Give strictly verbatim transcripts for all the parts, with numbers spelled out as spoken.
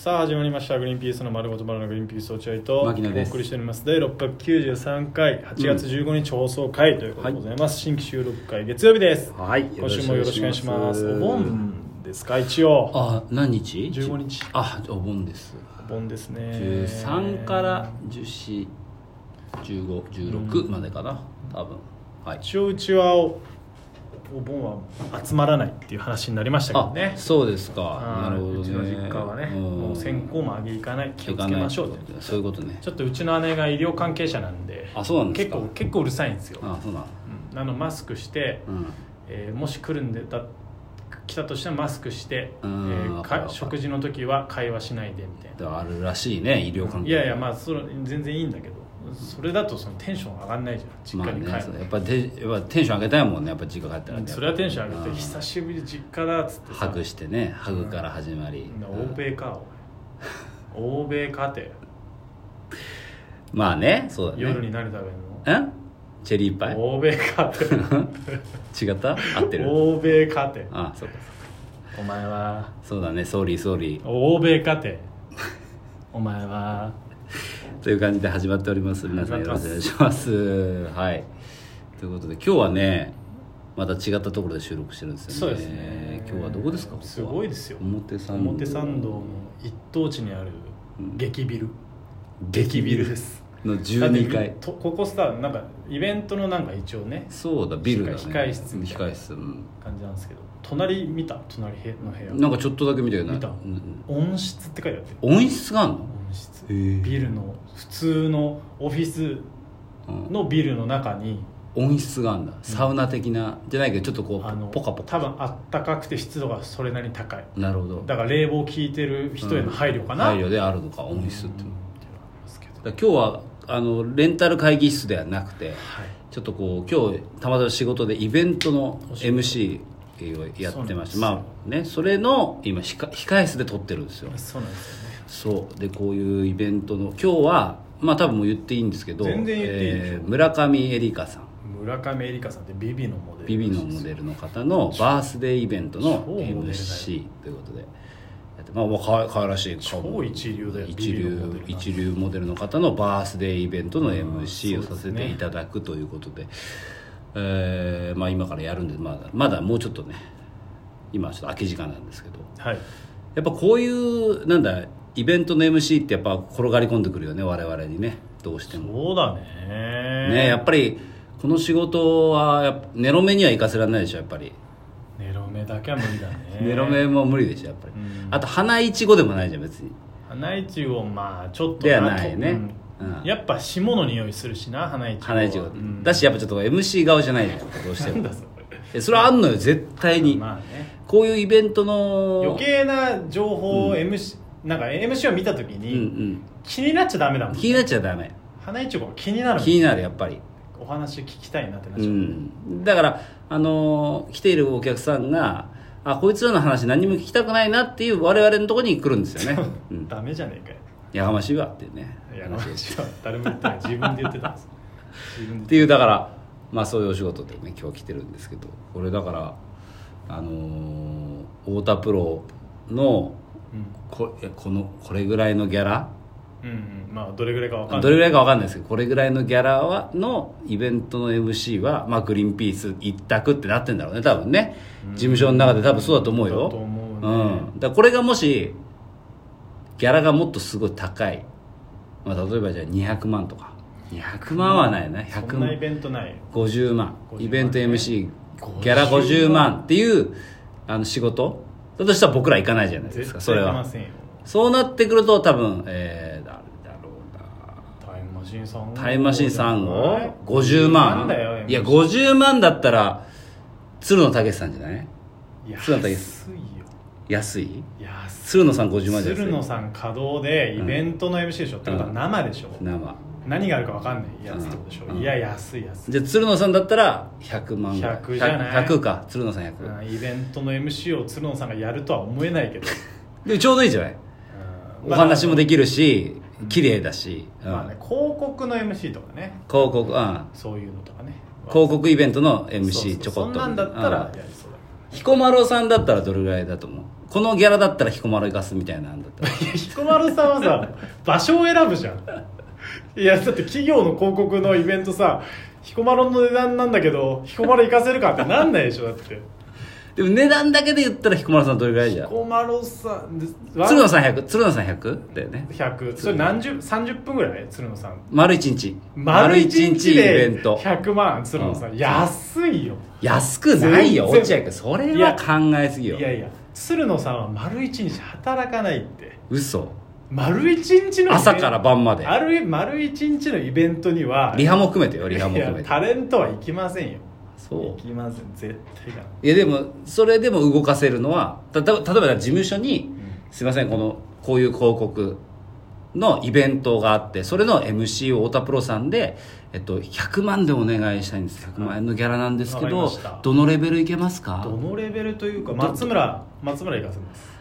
さあ始まりましたグリーンピースの丸ごと丸のグリーンピース落合とお牧野です送りしております第ろっぴゃくきゅうじゅうさんかいはちがつじゅうごにち放送回ということでございます、はい、新規収録回月曜日です。 はい、 今週もよろしくお願いします。お盆ですか一応。 あ、何日？ じゅうごにち。 あ、お盆です。 お盆ですね。 じゅうさんからじゅうよん、じゅうご、じゅうろくまでかな、多分。はい。 一応うちはお盆は集まらないっていう話になりましたけどね。 あ、そうですか。なるほどね。 うちの実家はね、うん、もう線香もあげ行かない、気をつけましょうって。 そういうことね。 ちょっとうちの姉が医療関係者なんで、 あ、そうなんですか。 結構結構うるさいんですよ。 あ、そうなん。 うん、あのマスクして、うんえー、もし来るんでだ来たとしてはマスクして、えー、か食事の時は会話しないでみたいな。 あるらしいね、医療関係。 いやいや、まあそれ全然いいんだけど。それだとそのテンション上がんないじゃん、実家に帰る、まあね、 やっぱテやっぱテンション上げたいもんね、やっぱ実家帰ったら、ね、 それはテンション上げて久しぶり実家だっつってハグしてね、ハグから始まり、 うん、欧米か欧米かてまあね、そうだね。 夜に何食べるの？ えチェリーパイ？ 欧米かて違った？合ってる？ 欧米かてあ、そうかお前はそうだね、ソーリーソーリー欧米かてお前はという感じで始まっております。皆さんよろしくお願いします。はい。ということで今日はね、また違ったところで収録してるんですよね。 そうですね。 今日はどこですか？ここすごいですよ。 表参道。 表参道の一等地にある激ビル。 うん、激ビルですのじゅうにかい。 とここさ、なんかイベントのなんか一応ね。 そうだ、ビルだね。 控室みたいな控室、うん、 感じなんですけど、隣見た？隣の部屋。 なんかちょっとだけ見たよね。 見た。うん、温室って書いてあって。 温室があるの？ 温室。ビルの普通のオフィスのビルの中に温室があるんだ。サウナ的なじゃないけどちょっとこうあのポカポカ。 多分あったかくて湿度がそれなりに高い。 なるほど。 だから冷房効いてる人への配慮かな。 うん、配慮であるのか温室っていうの。だ今日はあのレンタル会議室ではなくて、はい、ちょっとこう今日たまたま仕事でイベントの エムシー をやってまして、まあね、それの今控え室で撮ってるんですよ。 そうなんですよね。 そうでこういうイベントの今日はまあ多分もう言っていいんですけど、 全然言っていいでしょ、 えー、村上エリカさん村上エリカさんってビビのモデルビビのモデルの方のバースデーイベントの エムシー ということでやって、まあ、まあかわかわらしい超一流だよ。 一流一流モデルの方のバースデーイベントの エムシー をさせていただくということで、で、ねえーまあ、今からやるんでまだまだもうちょっとね今はちょっと空き時間なんですけど、 はい、 やっぱこういうなんだイベントの エムシー ってやっぱ転がり込んでくるよね、我々にね、どうしても。 そうだね。 ね、やっぱりこの仕事はやっぱネロ目には行かせられないでしょ、やっぱり。 ネロ目だけは無理だね。 ネロ目も無理でしょやっぱり、うん、あと花いちごでもないじゃん別に。 花いちごまあちょっとではないね、 うんうん、やっぱ霜の匂いするしな花いちご。 花いちご、うん、だしやっぱちょっと エムシー 顔じゃないじゃんどうしても。 なんだそれ。 それはあんのよ絶対に、 まあね、 こういうイベントの余計な情報を エムシー、うん、なんか エムシー を見た時に、うんうん、気になっちゃダメだもん、ね、 気になっちゃダメ。 花いちごが気になるもん、ね、 気になるやっぱりお話聞きたいなってなっちゃう、 うん、だからあのー、来ているお客さんがあこいつらの話何も聞きたくないなっていう我々のところに来るんですよね、 うん、ダメじゃねえかよやがましいわっていうね、 やがましいわ誰も言ってない自分で言ってたんですっていうだからまあそういうお仕事でね今日来てるんですけど、これだからあのー、太田プロの、うん、こ, このこれぐらいのギャラ、 うんうん、まあどれぐらいか分かんないどれぐらいか分かんないですけど、これぐらいのギャラはのイベントの エムシー は、まあ、グリーンピース一択ってなってんだろうね多分ね、事務所の中で多分そうだと思うよ。 だと思うね、 うん、だからこれがもしギャラがもっとすごい高い、まあ、例えばじゃあにひゃくまんとかにひゃくまんはないな、ひゃくまんそんなイベントないよ。 ごじゅうまんイベント エムシー ギャラごじゅうまんっていうあの仕事だとしたら僕ら行かないじゃないですか。それはそうなってくると多分、えー、誰だろうな、 タイムマシーンさん号タイムマシーンさん号ごじゅうまんだよ。 いやごじゅうまんだったら鶴野武さんじゃない？ 安いよ。 安い？ 安い。 鶴野さんごじゅうまんじゃない？ 鶴野さん稼働でイベントの エムシー でしょ、うん、ってことは生でしょ、 生何があるか分かんないやつってことでしょ、うん、いや安い安い。 じゃあ鶴野さんだったらひゃくまんひゃくじゃないひゃくか鶴野さんひゃく、 うん、イベントの エムシー を鶴野さんがやるとは思えないけどでちょうどいいじゃない、うん、お話もできるし綺麗だし、 うん、まあね、広告の エムシー とかね、 広告、うん、 そういうのとかね、 広告イベントの エムシー ちょこっとそんなんだったらやりそうだ。 彦摩呂さんだったらどれぐらいだと思う？このギャラだったら彦摩呂行かすみたいなんだったら彦摩呂さんはさ場所を選ぶじゃん。いやだって企業の広告のイベントさ彦摩呂の値段なんだけど彦摩呂行かせるかってなんないでしょだって。 でも値段だけで言ったら彦摩呂さんどれぐらいじゃん？ 彦摩呂さん鶴野さんひゃく鶴野さんひゃくだよね。 ひゃくそれ何十さんじゅっぷんぐらい鶴野さん丸いちにち丸いちにちイベントひゃくまん鶴野さん、うん、安いよ。 安くないよ落合君それは考えすぎよ。 いやいや鶴野さんは丸いちにち働かないって。 嘘。 丸一日の朝から晩まである丸一日のイベントにはリハも含めてよリハも含めてタレントは行きませんよ。 そう行きません絶対が。 いやでもそれでも動かせるのはたた例えば事務所に、うん、すいませんこのこういう広告のイベントがあってそれの エムシー を太田プロさんで、えっと、ひゃくまんでお願いしたいんです。ひゃくまんえんのギャラなんですけどどのレベルいけますか？ どのレベルというか松村松村行かせます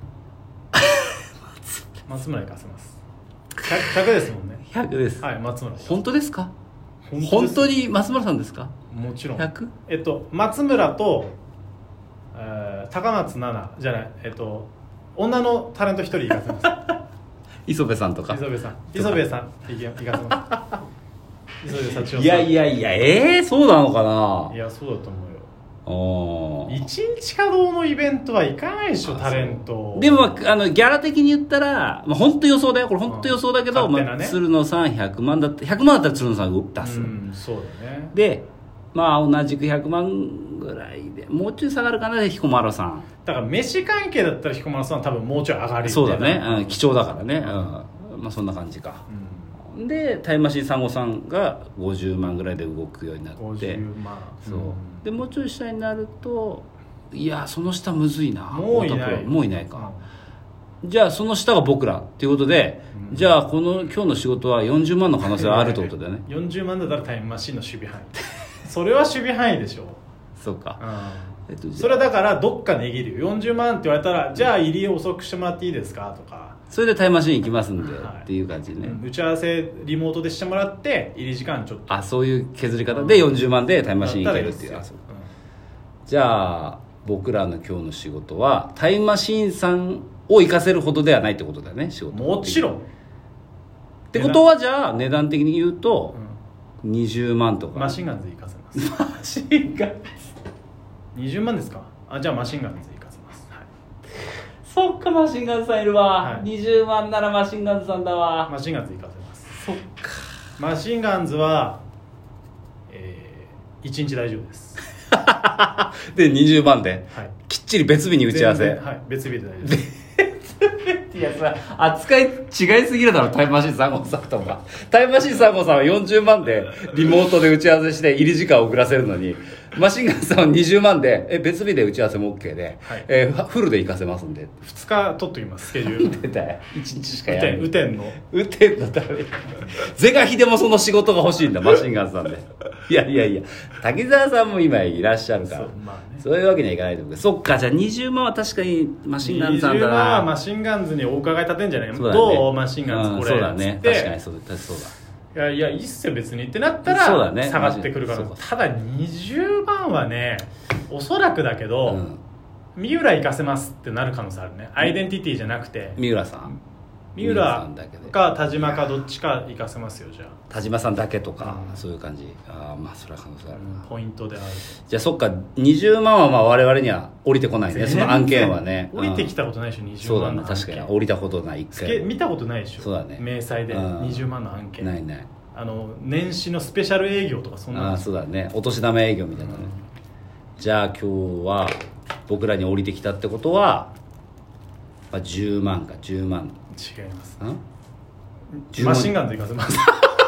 松村行かせます。ひゃくですもんね。 ひゃくです。 はい松村。 本当ですか？本当本当に松村さんですか？ もちろん。 ひゃく？ えっと松村と、えー、高松菜奈じゃないえっと女のタレント一人行かせます磯部さんとか磯部さん磯部さん行かせます磯部幸男さん。 いやいやいやえー、そうなのかな。 いやそうだと思うよ。一日稼働のイベントは行かないでしょタレント。 でも、まあ、あのギャラ的に言ったら、まあ、本当予想だよこれ本当予想だけど、 うんねまあ、鶴野さんひゃくまんだってひゃくまんだったら鶴野さんが出す、 うん、そうだね。 でまあ同じくひゃくまんぐらいでもうちょい下がるかなで彦摩呂さんだから飯関係だったら彦摩呂さんは多分もうちょい上がるよね。 そうだね、うん、貴重だからね、うん、まあそんな感じか、うん、でタイムマシーンさんごさんがごじゅうまんぐらいで動くようになってごじゅうまんそう、うん、でもうちょい下になるといやその下むずいな。 もういないもういないか、うん、じゃあその下が僕らっていうことで、うん、じゃあこの今日の仕事はよんじゅうまんの可能性はあるってことだよねよんじゅうまんだったらタイムマシーンの守備範囲それは守備範囲でしょ。 そうか、 うんえっと、それはだからどっか値切るよ。よんじゅうまんって言われたらじゃあ入り遅くしてもらっていいですかとかそれでタイムマシーン行きますんで、はい、っていう感じね、 うん、打ち合わせリモートでしてもらって入り時間ちょっとあそういう削り方でよんじゅうまんでタイムマシーン行けるっていう、うん、じゃあ僕らの今日の仕事はタイムマシーンさんを活かせるほどではないってことだよね仕事。 もちろんってことはじゃあ値段的に言うと、うん、にじゅうまんとかマシンガンズ行かせますマシンガンズにじゅうまんですか。あじゃあマシンガンズ行かせます、はい、 そっかマシンガンズさんいるわ、 はい、 にじゅうまんならマシンガンズさんだわ。 マシンガンズ行かせます。 そっかマシンガンズは、えー、いちにち大丈夫ですでにじゅうまんで、はい、きっちり別日に打ち合わせ。 はい別日で大丈夫ですいやさ扱い違いすぎるだろタイムマシーンさんごさんとか。タイムマシーンさんごさんはよんじゅうまんでリモートで打ち合わせして入り時間を遅らせるのにマシンガンさんはにじゅうまんでえ別日で打ち合わせも OK で、はいえー、フルで行かせますんでふつか取っときますスケジュール出たよいちにちしかやらない。 雨天の雨天のために是が非でもその仕事が欲しいんだマシンガンさんでいやいやいや滝沢さんも今いらっしゃるからそう、まあね、そういうわけにはいかないと思う。そっかじゃあにじゅうまんは確かにマシンガンズさんだな。にじゅうまんはマシンガンズにお伺い立てんじゃないの、ね、どうマシンガンズこれ、 うん、そうだね確かにそうだそうだいやいやいいっすよ別にってなったらそうだ、ね、下がってくるから。ただにじゅうまんはねおそらくだけど、うん、三浦行かせますってなる可能性あるね。アイデンティティじゃなくて三浦さん三浦か田島かどっちか行かせますよ。じゃあ田島さんだけとか、うん、そういう感じ。ああまあそれは可能性あるな、 うん、ポイントである。 じゃあそっかにじゅうまんはまあ我々には降りてこないねその案件はね。 降りてきたことないでしょにじゅうまんの案件。 そうだね確かに降りたことない一回見たことないでしょ。 そうだね明細でにじゅうまんの案件ないない。 あの年始のスペシャル営業とかそんなの。 あそうだねお年玉営業みたいなね、うん、じゃあ今日は僕らに降りてきたってことは、まあ、じゅうまんかじゅうまん。 違います。 んマシンガンズ行かせます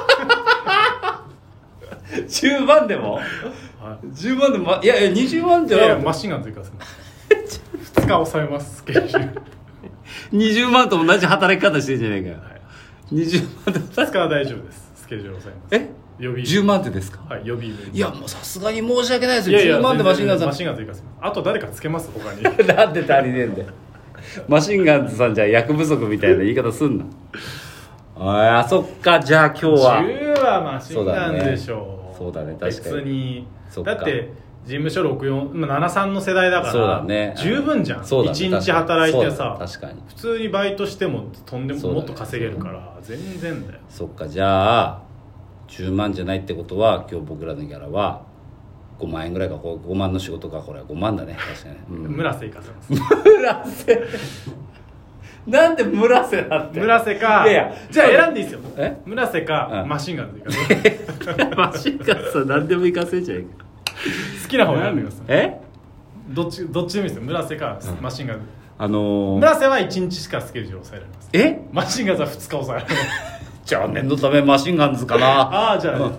じゅうまんでも、はい、じゅうまんでも、ま、いやいやにじゅうまんじゃない。いやマシンガンズ行かせますふつか抑えますスケジュールにじゅうまんと同じ働き方してるじゃないかよ、はい、にじゅうまんでふつかは大丈夫です。スケジュール抑えます。 え予備じゅうまんってですか。 はい予備いやもうさすがに申し訳ないですよ。いやいやじゅうまんでマシンガンズさんマシンガンズ行かせます。あと誰かつけます他になんで足りねえんだよマシンガンズさんじゃ役不足みたいな言い方すんなああそっかじゃあ今日はじゅうはマシンガンズでしょう。 そうだね、そうだね確かに別にだって事務所ろくじゅうよん、まあ、ななじゅうさんの世代だからそうだ、ね、 十分じゃん。 そうだね、 いちにち働いてさ確かに普通にバイトしてもとんでももっと稼げるから、ね、全然だよ。 そっか、じゃあじゅうまんじゃないってことは今日僕らのギャラはごまんえんぐらいか。こうごまんの仕事か。これはごまんだね確かに、うん、 村瀬行かせます村瀬なんで村瀬だって。 村瀬か、いやいやじゃあ選んでいいですよ。え村瀬か、うん、マシンガンズ行かせマシンガンズさ何でも行かせんじゃん。 好きな方選んでください。 えどっちどっちでもいいですよ。村瀬か、うん、マシンガンズ。 あのー、 村瀬はいちにちしかスケジュール抑えられます。 えマシンガンズはふつか抑えられます。 じゃあ念のためマシンガンズかな。 ああじゃあ、うん、はい、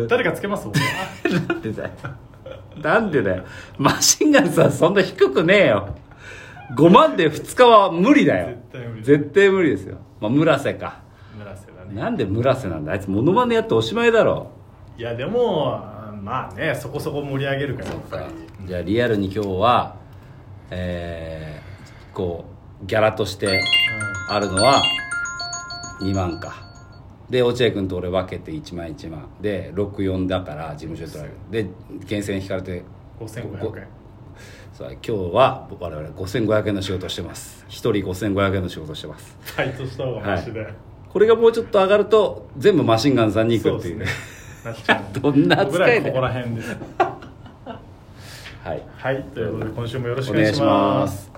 誰かつけますなんでだよなんでだよ。マシンガンズはそんな低くねえよ。ごまんでふつかは無理だよ。絶対無理。絶対無理ですよ。まあ村瀬か。 村瀬だね。 なんで村瀬なんだ。あいつモノマネやっておしまいだろ。 いやでもまあね、そこそこ盛り上げるから。 そうか。じゃあリアルに今日はえー、こうギャラとしてあるのはにまんか。で落合君と俺分けていちまんいちまんでろくじゅうよんだから事務所で取られる。で厳選引かれてごせんごひゃくえん。 そう今日は我々ごせんごひゃくえんの仕事をしてます。ひとりごせんごひゃくえんの仕事をしてます。 バイトした方がマシで、はい、 これがもうちょっと上がると全部マシンガンさんに行くっていうね。どんな扱いで。 ここら辺です。 はい、 はい、ということで今週もよろしくお願いします。